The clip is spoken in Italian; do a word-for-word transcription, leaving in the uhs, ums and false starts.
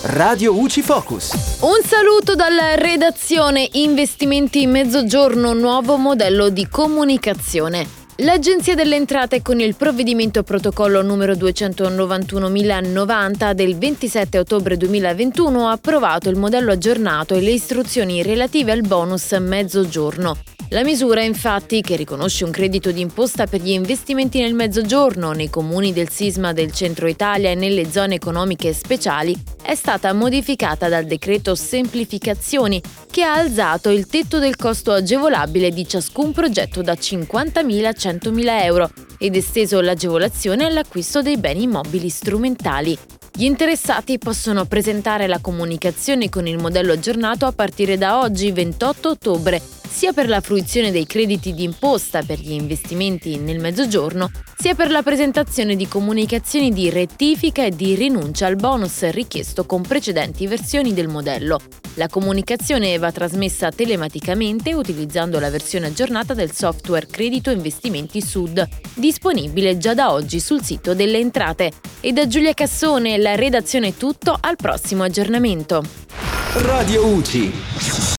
Radio U C I Focus. Un saluto dalla redazione Investimenti Mezzogiorno, nuovo modello di comunicazione. L'Agenzia delle Entrate con il provvedimento protocollo numero duecentonovantunomilanovanta del ventisette ottobre duemilaventuno ha approvato il modello aggiornato e le istruzioni relative al bonus Mezzogiorno. La misura, infatti, che riconosce un credito d'imposta per gli investimenti nel Mezzogiorno, nei comuni del sisma del centro Italia e nelle zone economiche speciali, è stata modificata dal decreto Semplificazioni, che ha alzato il tetto del costo agevolabile di ciascun progetto da cinquantamila a centomila euro ed esteso l'agevolazione all'acquisto dei beni immobili strumentali. Gli interessati possono presentare la comunicazione con il modello aggiornato a partire da oggi, ventotto ottobre, sia per la fruizione dei crediti d'imposta per gli investimenti nel Mezzogiorno, sia per la presentazione di comunicazioni di rettifica e di rinuncia al bonus richiesto con precedenti versioni del modello. La comunicazione va trasmessa telematicamente utilizzando la versione aggiornata del software Credito Investimenti Sud, disponibile già da oggi sul sito delle Entrate. E da Giulia Cassone, la redazione è tutto, al prossimo aggiornamento. Radio U C I.